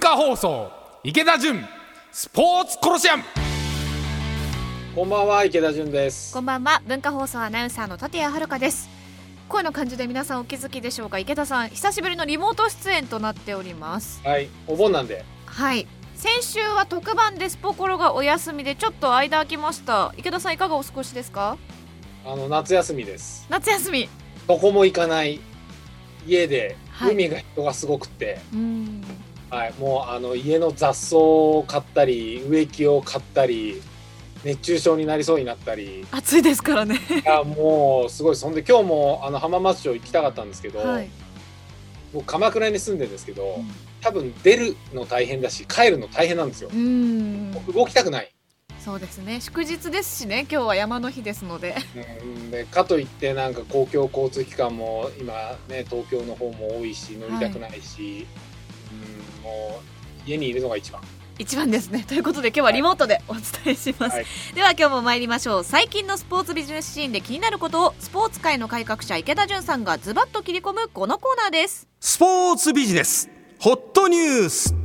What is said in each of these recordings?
化放送池田純スポーツコロシアム。 こんばんは、池田純です。 こんばんは、文化放送アナウンサーの立谷遥です。声の感じで皆さんお気づきでしょうか。池田さん、久しぶりのリモート出演となっております。 はい、お盆なんで。 はい、先週は特番でスポコロがお休みでちょっと間空きました。池田さん、いかがお過ごしですか？ 夏休みです。 夏休み、 どこも行かない家で、 はい、 海が人がすごくて、 はい、 もう家の雑草を買ったり植木を買ったり熱中症になりそうになったり、 暑いですからね。 いやもうすごい。そんで今日も浜松町行きたかったんですけど、 はい、 もう鎌倉に住んでるんですけど、多分出るの大変だし帰るの大変なんですよ。動きたくない。 そうですね、祝日ですしね、今日は山の日ですので。 でかといってなんか公共交通機関も今ね、東京の方も多いし乗りたくないし、もう家にいるのが一番ですね。ということで今日はリモートでお伝えします、はい、では今日も参りましょう。最近のスポーツビジネスシーンで気になることをスポーツ界の改革者池田純さんがズバッと切り込むこのコーナーです。 スポーツビジネスホットニュース。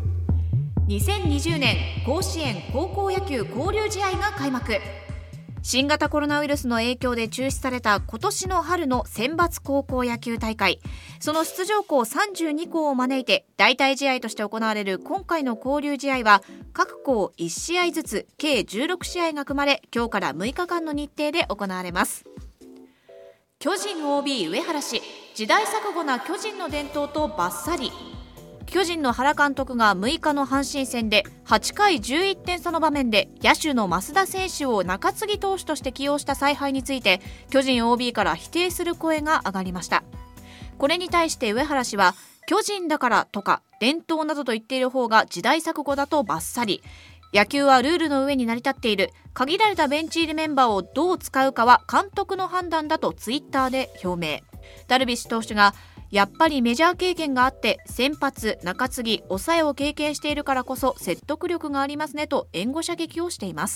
2020年甲子園高校野球交流試合が開幕。新型コロナウイルスの影響で中止された今年の春の選抜高校野球大会、その出場校32校を招いて代替試合として行われる今回の交流試合は、各校1試合ずつ計16試合が組まれ、今日から6日間の日程で行われます。巨人 OB 上原氏、時代錯誤な巨人の伝統とバッサリ。巨人の原監督が6日の阪神戦で8回11点差の場面で野手の増田選手を中継ぎ投手として起用した采配について、巨人 OB から否定する声が上がりました。これに対して上原氏は、巨人だからとか伝統などと言っている方が時代錯誤だとバッサリ。野球はルールの上に成り立っている。限られたベンチ入りメンバーをどう使うかは監督の判断だとツイッターで表明。ダルビッシュ投手が、やっぱりメジャー経験があって先発、中継ぎ、抑えを経験しているからこそ説得力がありますねと援護射撃をしています。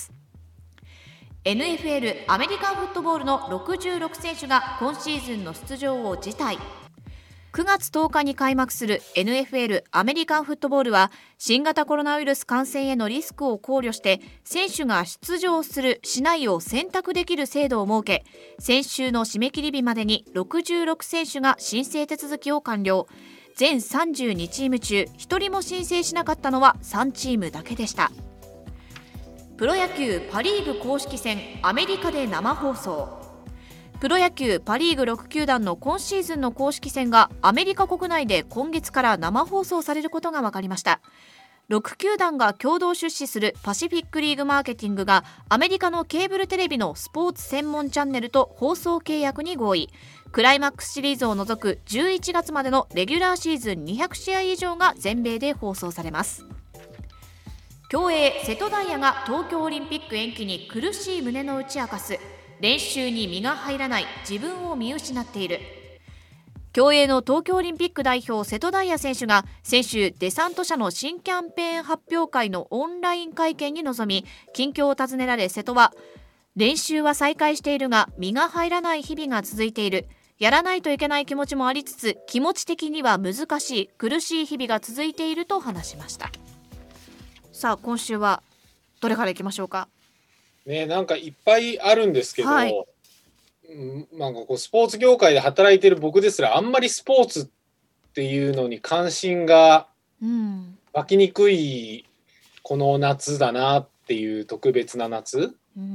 NFL アメリカンフットボールの66選手が今シーズンの出場を辞退。9月10日に開幕する NFL アメリカンフットボールは、新型コロナウイルス感染へのリスクを考慮して選手が出場するしないを選択できる制度を設け、先週の締め切り日までに66選手が申請手続きを完了。全32チーム中1人も申請しなかったのは3チームだけでした。プロ野球パリーグ公式戦アメリカで生放送。プロ野球パリーグ6球団の今シーズンの公式戦がアメリカ国内で今月から生放送されることが分かりました。6球団が共同出資するパシフィックリーグマーケティングがアメリカのケーブルテレビのスポーツ専門チャンネルと放送契約に合意。クライマックスシリーズを除く11月までのレギュラーシーズン200試合以上が全米で放送されます。競泳瀬戸大也が東京オリンピック延期に苦しい胸の内明かす。練習に身が入らない、自分を見失っている。競泳の東京オリンピック代表瀬戸大也選手が先週、デサント社の新キャンペーン発表会のオンライン会見に臨み、近況を尋ねられ、瀬戸は、練習は再開しているが身が入らない日々が続いている。やらないといけない気持ちもありつつ、気持ち的には難しい、苦しい日々が続いていると話しました。さあ、今週はどれからいきましょうかね。なんかいっぱいあるんですけど、なんかこうスポーツ業界で働いてる僕ですらあんまりスポーツっていうのに関心が湧きにくいこの夏だなっていう、特別な夏。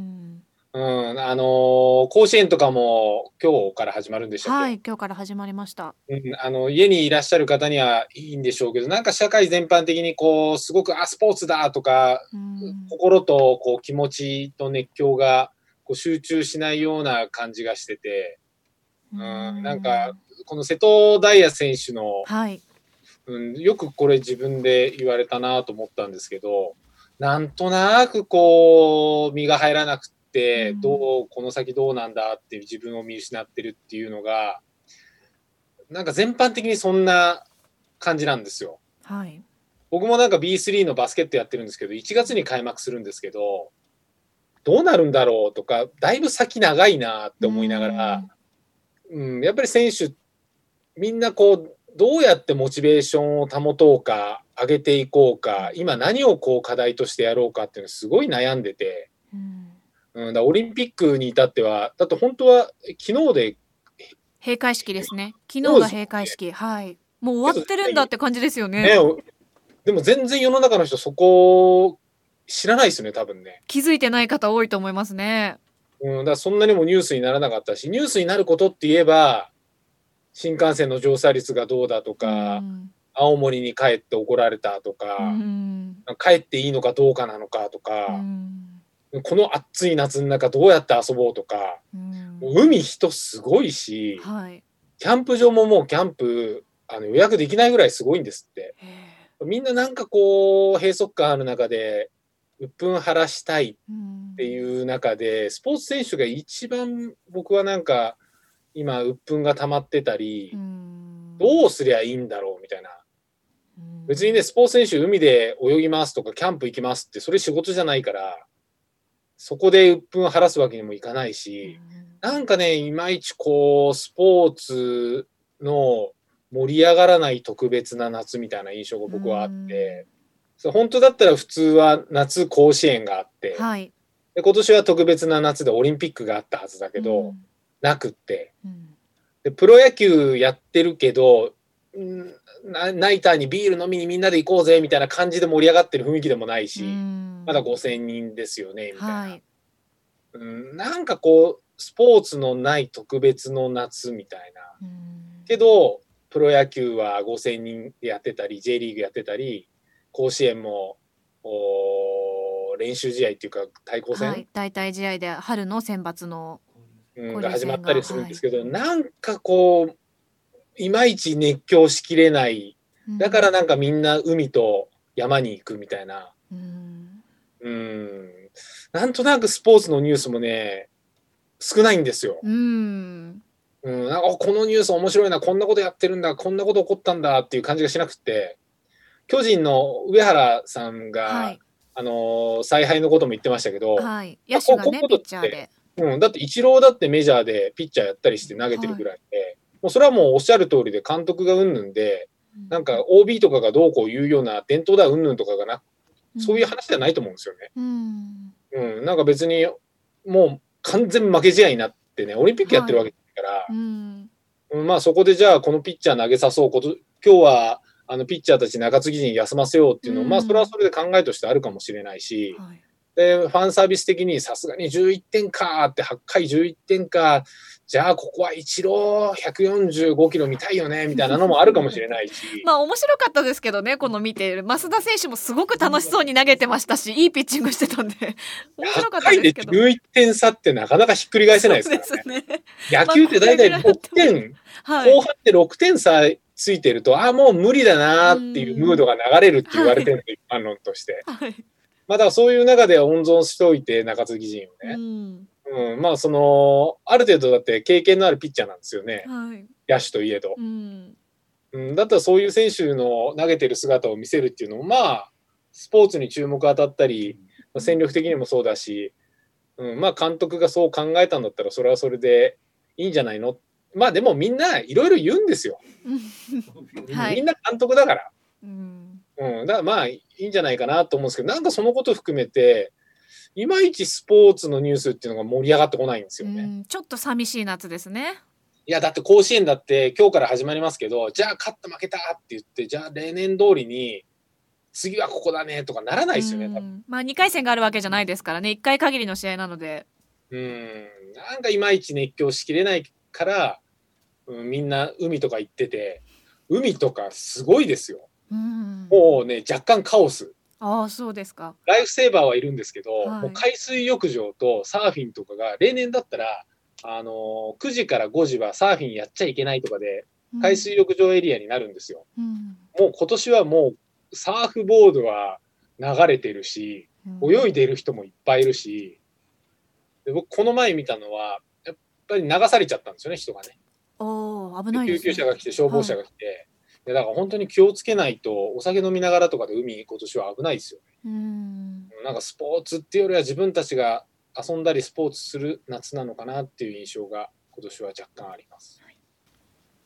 甲子園とかも今日から始まるんでしたっけ？ はい、今日から始まりました。 家にいらっしゃる方にはいいんでしょうけど、なんか社会全般的にこうすごくスポーツだとか、心とこう気持ちと熱狂がこう集中しないような感じがしてて、なんかこの瀬戸大也選手の、よくこれ自分で言われたなと思ったんですけど、なんとなくこう身が入らなくて、この先どうなんだっていう自分を見失ってるっていうのが、なんか全般的にそんな感じなんですよ。僕もなんか B3 のバスケットやってるんですけど、1月に開幕するんですけど、どうなるんだろうとか、だいぶ先長いなって思いながら、やっぱり選手みんなこうどうやってモチベーションを保とうか、上げていこうか、今何をこう課題としてやろうかっていうのすごい悩んでて、だオリンピックに至っては、だって本当は昨日で閉会式ですね。昨日が閉会式。はい。もう終わってるんだって感じですよね。 でも全然世の中の人そこ知らないですよね、多分ね。 気づいてない方多いと思いますね。 だからそんなにもニュースにならなかったし、ニュースになることって言えば、新幹線の乗車率がどうだとか、青森に帰って怒られたとか、帰っていいのかどうかなのかとか、この暑い夏の中どうやって遊ぼうとか、海人すごいし、キャンプ場ももうキャンプ予約できないぐらいすごいんですって。みんななんかこう閉塞感ある中で鬱憤晴らしたいっていう中で、スポーツ選手が一番僕はなんか今鬱憤が溜まってたり、どうすりゃいいんだろうみたいな。別にね、スポーツ選手海で泳ぎますとかキャンプ行きますってそれ仕事じゃないから、そこで鬱憤晴らすわけにもいかないし、なんかね、いまいちこうスポーツの盛り上がらない特別な夏みたいな印象が僕はあって、本当だったら普通は夏甲子園があって、で今年は特別な夏でオリンピックがあったはずだけど、なくって、でプロ野球やってるけど、ナイターにビール飲みにみんなで行こうぜみたいな感じで盛り上がってる雰囲気でもないし、まだ5000人ですよねみたいな、なんかこうスポーツのない特別の夏みたいな、けどプロ野球は5000人でやってたり J リーグやってたり、甲子園も練習試合っていうか対抗戦、 代替試合で春の選抜のが始まったりするんですけど、なんかこういまいち熱狂しきれない。だからなんかみんな海と山に行くみたいな。なんとなくスポーツのニュースもね、少ないんですよ。なんかこのニュース面白いな、こんなことやってるんだ、こんなこと起こったんだっていう感じがしなくて、巨人の上原さんが、采配のことも言ってましたけど、 野手がね、ピッチャーで。 だってイチローだってメジャーでピッチャーやったりして投げてるぐらいで、もうそれはもうおっしゃる通りで監督がうんぬんで、なんか OB とかがどうこう言うような伝統だうんぬんとかがそういう話じゃないと思うんですよね。なんか別にもう完全負け試合になってね、オリンピックやってるわけだから、まあそこでじゃあこのピッチャー投げさそう、今日はピッチャーたち中継ぎ陣休ませようっていうのも、まあそれはそれで考えとしてあるかもしれないし、でファンサービス的にさすがに11点かって8回11点か、じゃあここはイチロー145キロ見たいよねみたいなのもあるかもしれないしまあ面白かったですけどね、この見ている増田選手もすごく楽しそうに投げてましたし、いいピッチングしてたんで面白かったですけど、 8回で11点差ってなかなかひっくり返せないですからね。野球って大体6点、後半で6点差ついてると、もう無理だなっていうムードが流れるって言われてるの、一般論として。まあだからそういう中で温存しておいて中継ぎ陣をね、まあある程度だって経験のあるピッチャーなんですよね、野手といえど、だったらそういう選手の投げてる姿を見せるっていうのも、まあスポーツに注目当たったり、戦力的にもそうだし、まあ監督がそう考えたんだったらそれはそれでいいんじゃないの。まあでもみんないろいろ言うんですよ、みんな監督だから、だからまあいいんじゃないかなと思うんですけど、なんかそのこと含めていまいちスポーツのニュースっていうのが盛り上がってこないんですよね。 ちょっと寂しい夏ですね。 いやだって甲子園だって今日から始まりますけど、じゃあ勝った負けたって言って、じゃあ例年通りに次はここだねとかならないですよね。 まあ2回戦があるわけじゃないですからね、1回限りの試合なので、 なんかいまいち熱狂しきれないから、みんな海とか行ってて、海とかすごいですよ。もうね若干カオス。 そうですか。 ライフセーバーはいるんですけど、もう海水浴場とサーフィンとかが例年だったら9時から5時はサーフィンやっちゃいけないとかで海水浴場エリアになるんですよ。もう今年はもうサーフボードは流れてるし、泳いでる人もいっぱいいるし、で僕この前見たのはやっぱり流されちゃったんですよね、人がね。 危ないですね。 救急車が来て消防車が来て、だから本当に気をつけないと、お酒飲みながらとかで海今年は危ないですよね。なんかスポーツっていうよりは自分たちが遊んだりスポーツする夏なのかなっていう印象が今年は若干あります。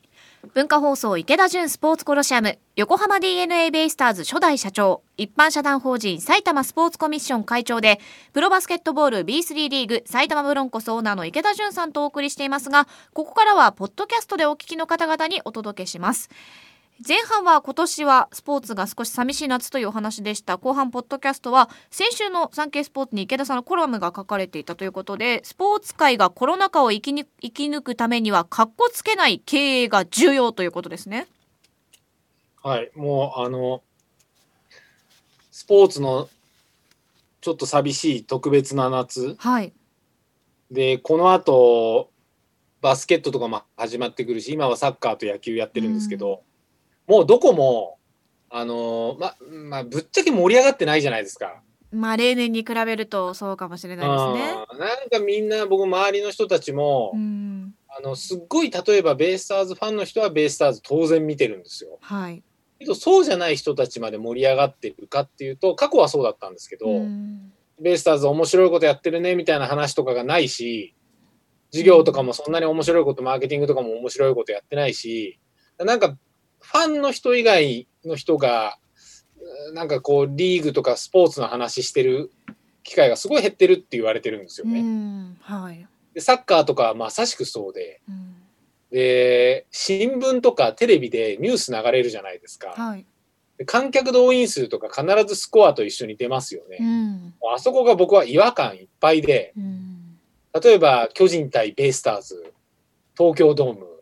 文化放送池田純スポーツコロシアム、横浜 DNA ベイスターズ初代社長、一般社団法人埼玉スポーツコミッション会長で、プロバスケットボール B3 リーグ埼玉ブロンコスオーナーの池田純さんとお送りしていますが、ここからはポッドキャストでお聞きの方々にお届けします。前半は今年はスポーツが少し寂しい夏というお話でした。後半ポッドキャストは先週のサンケイスポーツに池田さんのコラムが書かれていたということで、スポーツ界がコロナ禍を生き抜くためにはかっこつけない経営が重要ということですね。 はい、もうスポーツのちょっと寂しい特別な夏、 はい、でこの後バスケットとかも始まってくるし、今はサッカーと野球やってるんですけど、もうどこもぶっちゃけ盛り上がってないじゃないですか。 例年に比べるとそうかもしれないですね。 なんかみんな、僕周りの人たちも、すっごい例えばベイスターズファンの人はベイスターズ当然見てるんですよ。 はい。 けどそうじゃない人たちまで盛り上がってるかっていうと、過去はそうだったんですけど、ベイスターズ面白いことやってるねみたいな話とかがないし、事業とかもそんなに面白いこと、マーケティングとかも面白いことやってないし、なんかファンの人以外の人がなんかこうリーグとかスポーツの話してる機会がすごい減ってるって言われてるんですよね。 はい、 でサッカーとかはまさしくそうで、で新聞とかテレビでニュース流れるじゃないですか。 はい、 で観客動員数とか必ずスコアと一緒に出ますよね。あそこが僕は違和感いっぱいで、例えば巨人対ベイスターズ東京ドーム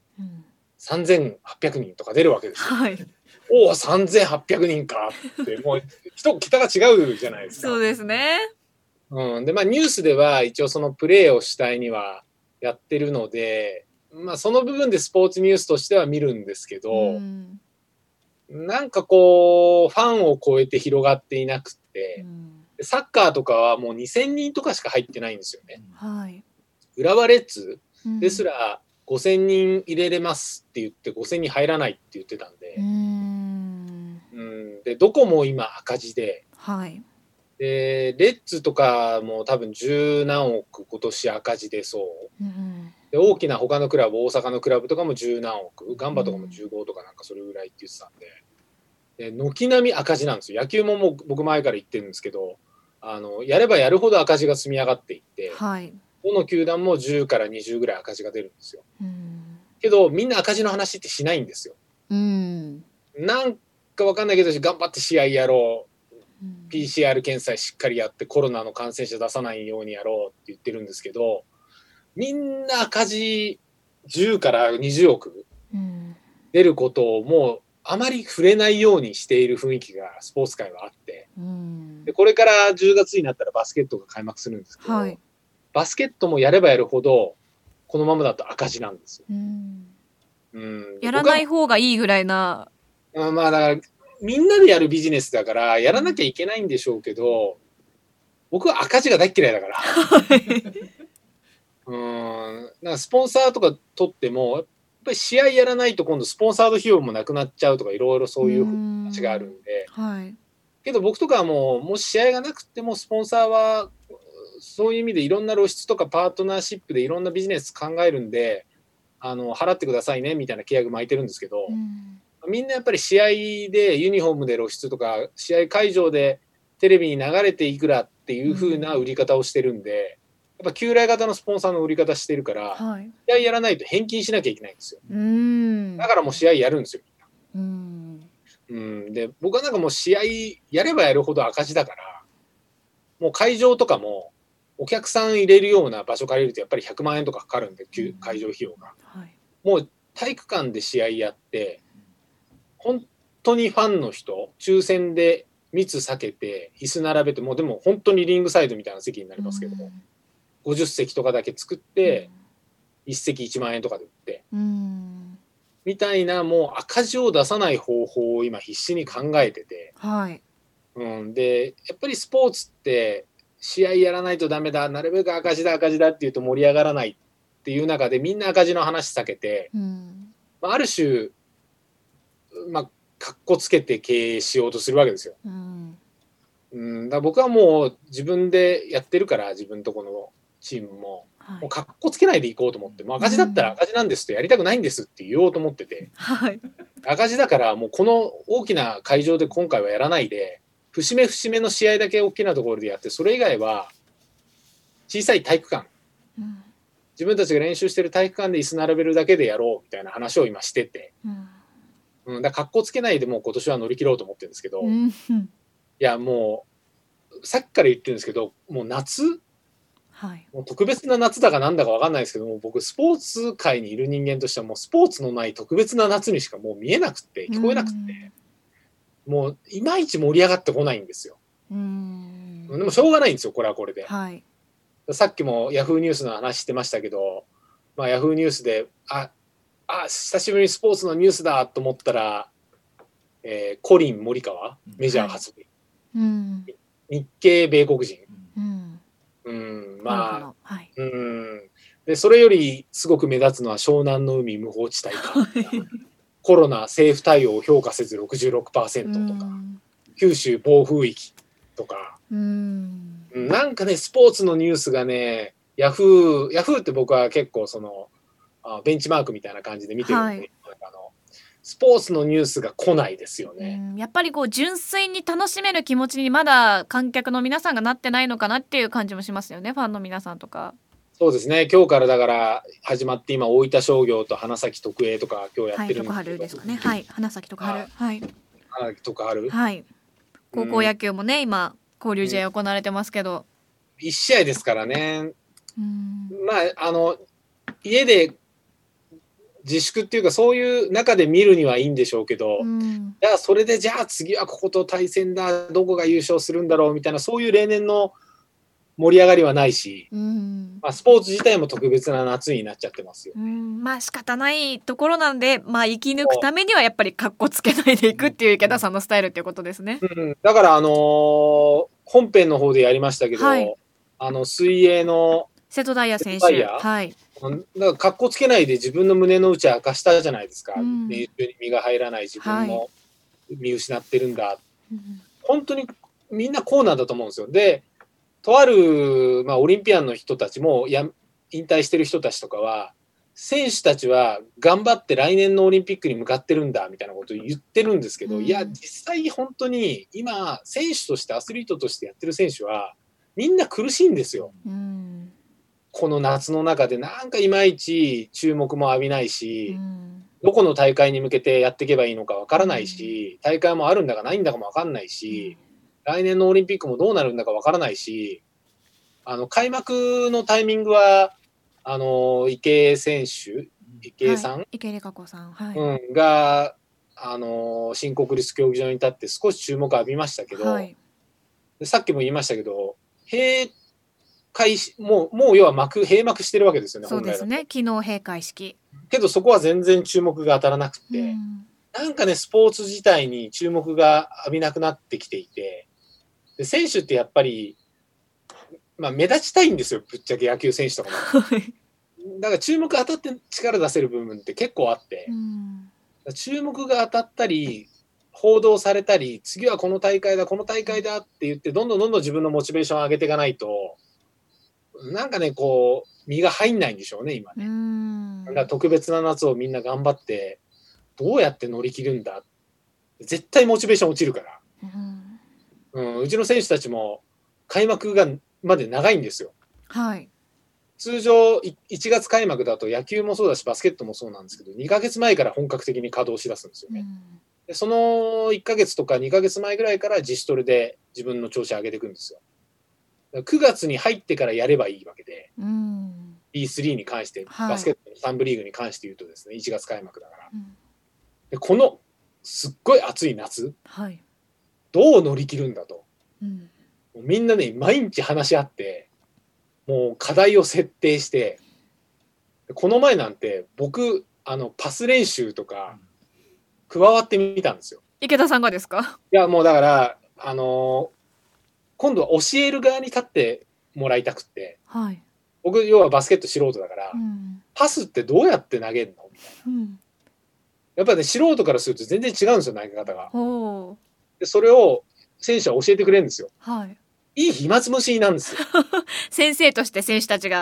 3800人とか出るわけですよ。 はい、 おお3800人かってもう桁が違うじゃないですか。 そうですね。 でニュースでは一応そのプレーを主体にはやってるので、その部分でスポーツニュースとしては見るんですけど、なんかこうファンを超えて広がっていなくって、サッカーとかはもう2000人とかしか入ってないんですよね。 はい、 浦和レッズですら5000人入れれますって言って5000人入らないって言ってたんで、でどこも今赤字で、 はい、 でレッズとかも多分十何億今年赤字でそう、で大きな他のクラブ、大阪のクラブとかも十何億、ガンバとかも15とかなんかそれぐらいって言ってたんで、軒並み赤字なんですよ。野球ももう僕前から言ってるんですけど、やればやるほど赤字が積み上がっていって、 はい、 どの球団も10から20ぐらい赤字が出るんですよ。けどみんな赤字の話ってしないんですよ。なんかわかんないけど頑張って試合やろう、PCR 検査しっかりやってコロナの感染者出さないようにやろうって言ってるんですけど、みんな赤字10から20億出ることをもうあまり触れないようにしている雰囲気がスポーツ界はあって、でこれから10月になったらバスケットが開幕するんですけど、はい、バスケットもやればやるほどこのままだと赤字なんですよ。 やらない方がいいぐらいな。 だからみんなでやるビジネスだからやらなきゃいけないんでしょうけど、僕は赤字が大嫌いだからなんかスポンサーとか取ってもやっぱり試合やらないと今度スポンサード費用もなくなっちゃうとかいろいろそういう話があるんで、けど僕とかはもし試合がなくてもスポンサーはそういう意味でいろんな露出とかパートナーシップでいろんなビジネス考えるんで払ってくださいねみたいな契約巻いてるんですけど、みんなやっぱり試合でユニフォームで露出とか試合会場でテレビに流れていくらっていう風な売り方をしてるんで、やっぱ旧来型のスポンサーの売り方してるから、試合やらないと返金しなきゃいけないんですよ。だからもう試合やるんですよみんな。で僕はなんかもう試合やればやるほど赤字だから、もう会場とかもお客さん入れるような場所借りるとやっぱり100万円とかかかるんで、会場費用が、もう体育館で試合やって本当にファンの人抽選で密避けて椅子並べて、もうでも本当にリングサイドみたいな席になりますけど、50席とかだけ作って1席1万円とかで売ってみたいな、もう赤字を出さない方法を今必死に考えてて、でやっぱりスポーツって試合やらないとダメだ、なるべく赤字だって言うと盛り上がらないっていう中でみんな赤字の話避けて、ある種かっこつけて経営しようとするわけですよ。だから僕はもう自分でやってるから、自分とこのチームも、 もうかっこつけないでいこうと思って、もう赤字だったら赤字なんですとやりたくないんですって言おうと思ってて、 はい。 赤字だからもうこの大きな会場で今回はやらないで、節目節目の試合だけ大きなところでやって、それ以外は小さい体育館、自分たちが練習してる体育館で椅子並べるだけでやろうみたいな話を今してて、だからかっこつけないでもう今年は乗り切ろうと思ってるんですけど、いやもうさっきから言ってるんですけど、もう夏、もう特別な夏だかなんだか分かんないですけども、僕スポーツ界にいる人間としてはもうスポーツのない特別な夏にしかもう見えなくて聞こえなくて、もういまいち盛り上がってこないんですよ。でもしょうがないんですよ、これはこれで。さっきもヤフーニュースの話してましたけど、ヤフーニュースで久しぶりにスポーツのニュースだと思ったら、コリン・モリカワメジャー初日、日系米国人、でそれよりすごく目立つのは湘南の海無法地帯かコロナ政府対応を評価せず 66% とか、九州暴風域とか、なんかねスポーツのニュースがね、ヤフーって僕は結構そのベンチマークみたいな感じで見てるんで、スポーツのニュースが来ないですよね。 やっぱりこう純粋に楽しめる気持ちにまだ観客の皆さんがなってないのかなっていう感じもしますよね、ファンの皆さんとか。 そうですね、今日からだから始まって、今大分商業と花咲徳栄とか今日やってるんですけど、 徳春ですかね、花咲徳春、花咲徳春、 高校野球もね、今交流試合行われてますけど、 1試合ですからね。家で自粛っていうかそういう中で見るにはいいんでしょうけど、じゃあそれでじゃあ次はここと対戦だ、どこが優勝するんだろうみたいな、そういう例年の盛り上がりはないし、スポーツ自体も特別な夏になっちゃってますよ。 仕方ないところなんで、生き抜くためにはやっぱりかっこつけないでいくっていう池田さんのスタイルっていうことですね。 だから本編の方でやりましたけど、水泳の瀬戸大也選手、 だからかっこつけないで自分の胸の内明かしたじゃないですか。練習に身が入らない自分も見失ってるんだ、本当にみんなこうなんだと思うんですよ。でとある、オリンピアンの人たちも引退してる人たちとかは、選手たちは頑張って来年のオリンピックに向かってるんだみたいなことを言ってるんですけど、いや実際本当に今選手としてアスリートとしてやってる選手はみんな苦しいんですよ。この夏の中でなんかいまいち注目も浴びないし、どこの大会に向けてやっていけばいいのかわからないし、大会もあるんだかないんだかもわかんないし、来年のオリンピックもどうなるんだかわからないし、開幕のタイミングは池江選手、池江さん、 池江璃花子さん、 が新国立競技場に立って少し注目を浴びましたけど、でさっきも言いましたけど、もう要は閉幕してるわけですよね。 そうですね、昨日閉会式。 けどそこは全然注目が当たらなくて、なんかねスポーツ自体に注目が浴びなくなってきていて、で選手ってやっぱり、目立ちたいんですよ、ぶっちゃけ野球選手とかも。だから注目当たって力出せる部分って結構あって、注目が当たったり報道されたり、次はこの大会だこの大会だって言ってどんどん自分のモチベーションを上げていかないと、なんかねこう身が入んないんでしょうね今ね。だから特別な夏をみんな頑張ってどうやって乗り切るんだ、絶対モチベーション落ちるから、うちの選手たちも開幕まで長いんですよ。通常1月開幕だと野球もそうだしバスケットもそうなんですけど、2ヶ月前から本格的に稼働しだすんですよね。でその1ヶ月とか2ヶ月前ぐらいから自主トレで自分の調子を上げていくんですよ。9月に入ってからやればいいわけで、B3 に関して、バスケットの3部リーグに関して言うとですね、1月開幕だから、でこのすっごい暑い夏、どう乗り切るんだと、みんなね毎日話し合ってもう課題を設定して、この前なんて僕パス練習とか加わってみたんですよ。 池田さんがですか？ いやもうだから今度は教える側に立ってもらいたくって、僕要はバスケット素人だから、パスってどうやって投げるのみたいな、やっぱりね素人からすると全然違うんですよ、投げ方が。でそれを選手は教えてくれるんですよ。いい暇つぶしなんですよ。 先生として選手たちが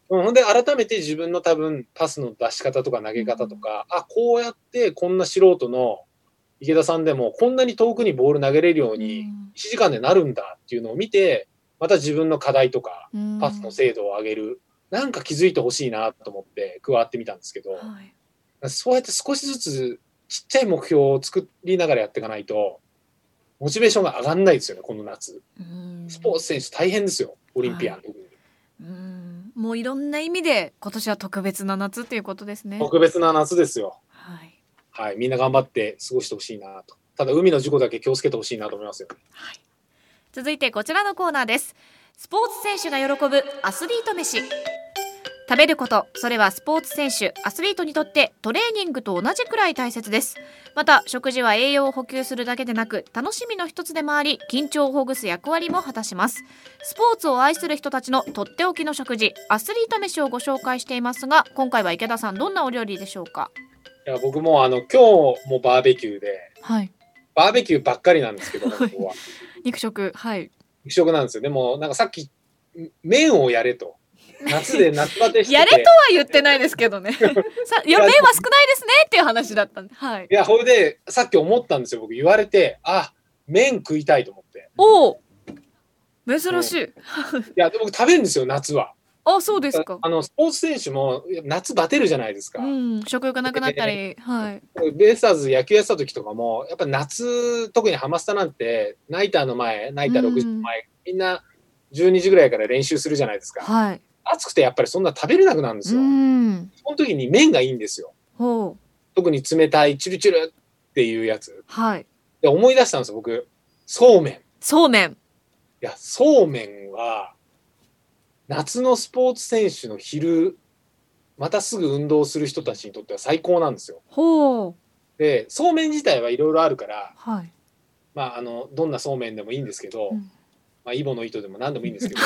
ほんで改めて自分の多分パスの出し方とか投げ方とか、こうやってこんな素人の池田さんでもこんなに遠くにボール投げれるように1時間でなるんだっていうのを見て、また自分の課題とかパスの精度を上げる、なんか気づいてほしいなと思って加わってみたんですけど、そうやって少しずつちっちゃい目標を作りながらやっていかないとモチベーションが上がんないですよね。この夏スポーツ選手大変ですよ、オリンピアン、 もういろんな意味で今年は特別な夏っていうことですね。 特別な夏ですよ。みんな頑張って過ごしてほしいなと。ただ海の事故だけ気をつけてほしいなと思いますよ。 続いてこちらのコーナーです。スポーツ選手が喜ぶアスリート飯。食べること、それはスポーツ選手、アスリートにとってトレーニングと同じくらい大切です。また食事は栄養を補給するだけでなく楽しみの一つでもあり、緊張をほぐす役割も果たします。スポーツを愛する人たちのとっておきの食事、アスリート飯をご紹介していますが、今回は池田さん、どんなお料理でしょうか？ いや僕も今日もバーベキューで、バーベキューばっかりなんですけど、ここは肉食、 肉食なんですよ。でもなんかさっき麺をやれと、夏で夏バテしててやれとは言ってないですけどねいや麺は少ないですねっていう話だったんで、いやほいでさっき思ったんですよ。僕言われて麺食いたいと思って。 珍しいいやでも僕食べるんですよ、夏は。 そうですか。 スポーツ選手も夏バテるじゃないですか。 食欲なくなったり、 ベイスターズ野球やってた時とかもやっぱ夏、特にハマスタなんてナイターの前、ナイター6時前、みんな12時ぐらいから練習するじゃないですか。暑くてやっぱりそんな食べれなくなるんですよ。その時に麺がいいんですよ。特に冷たいチュルチュルっていうやつ、で思い出したんですよ僕。そうめん。いやそうめんは夏のスポーツ選手の昼またすぐ運動する人たちにとっては最高なんですよ。でそうめん自体はいろいろあるから、どんなそうめんでもいいんですけど、イボの糸でも何でもいいんですけど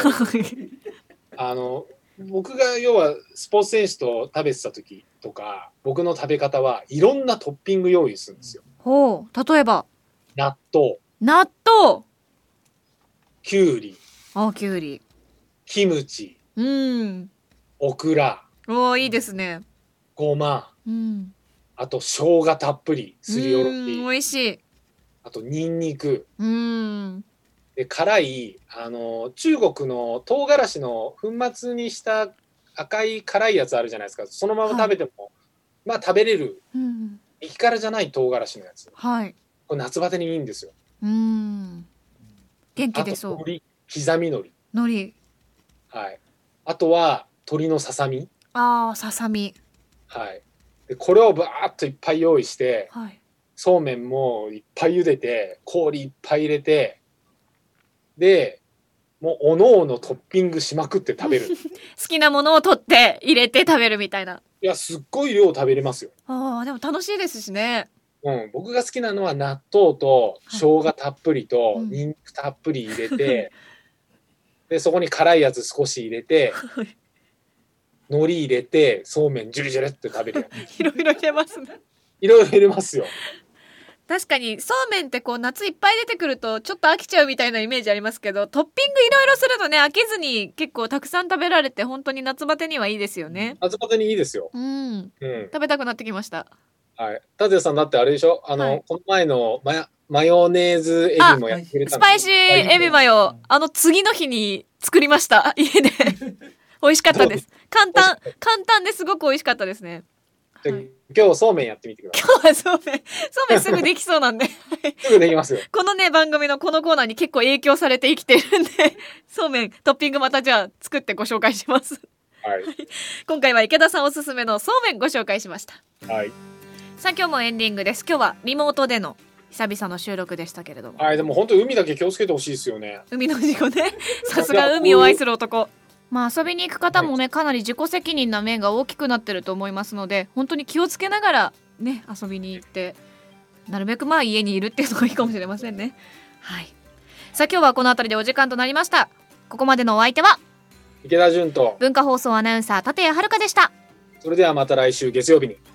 僕が要はスポーツ選手と食べてた時とか、僕の食べ方はいろんなトッピング用意するんですよ。 例えば納豆、きゅうり、キムチ、オクラ、 いいですね。 ごま、あと生姜たっぷりすりおろし、 美味しい。 あとニンニク、で辛い中国の唐辛子の粉末にした赤い辛いやつあるじゃないですか。そのまま食べても、食べれる、激辛じゃない唐辛子のやつ、これ夏バテにいいんですよ。 元気出そう。 あと刻み海苔、 あとは鶏のささみ、でこれをバーッといっぱい用意して、そうめんもいっぱい茹でて氷いっぱい入れて、でもうおのおのトッピングしまくって食べる好きなものを取って入れて食べるみたいな。 いやすっごい量食べれますよ。 でも楽しいですしね。 僕が好きなのは納豆と生姜たっぷりとニンニクたっぷり入れて、でそこに辛いやつ少し入れて海苔入れてそうめんジュルジュルって食べるいろいろ入れますね。 いろいろ入れますよ。 確かにそうめんって夏いっぱい出てくるとちょっと飽きちゃうみたいなイメージありますけど、トッピングいろいろするとね、飽きずに結構たくさん食べられて本当に夏バテにはいいですよね。 夏バテにいいですよ。 食べたくなってきました。 達也さんだってあれでしょ、この前のマヨネーズエビもやってくれたんです。 スパイシーエビマヨ、次の日に作りました家で美味しかったです。簡単ですごく美味しかったですね。 今日そうめんやってみてください。 今日はそうめんすぐできそうなんで。 すぐできますよ。 このね、番組のこのコーナーに結構影響されて生きてるんで、そうめんトッピングまたじゃあ作ってご紹介します。今回は池田さんおすすめのそうめんご紹介しました。さあ今日もエンディングです。今日はリモートでの久々の収録でしたけれども。 でも本当に海だけ気をつけてほしいですよね。 海の事故ね。さすが海を愛する男。遊びに行く方もね、かなり自己責任な面が大きくなってると思いますので、本当に気をつけながらね、遊びに行ってなるべく家にいるっていうのがいいかもしれませんね。さあ今日はこの辺りでお時間となりました。ここまでのお相手は池田純と文化放送アナウンサー立谷遥でした。 それではまた来週月曜日に。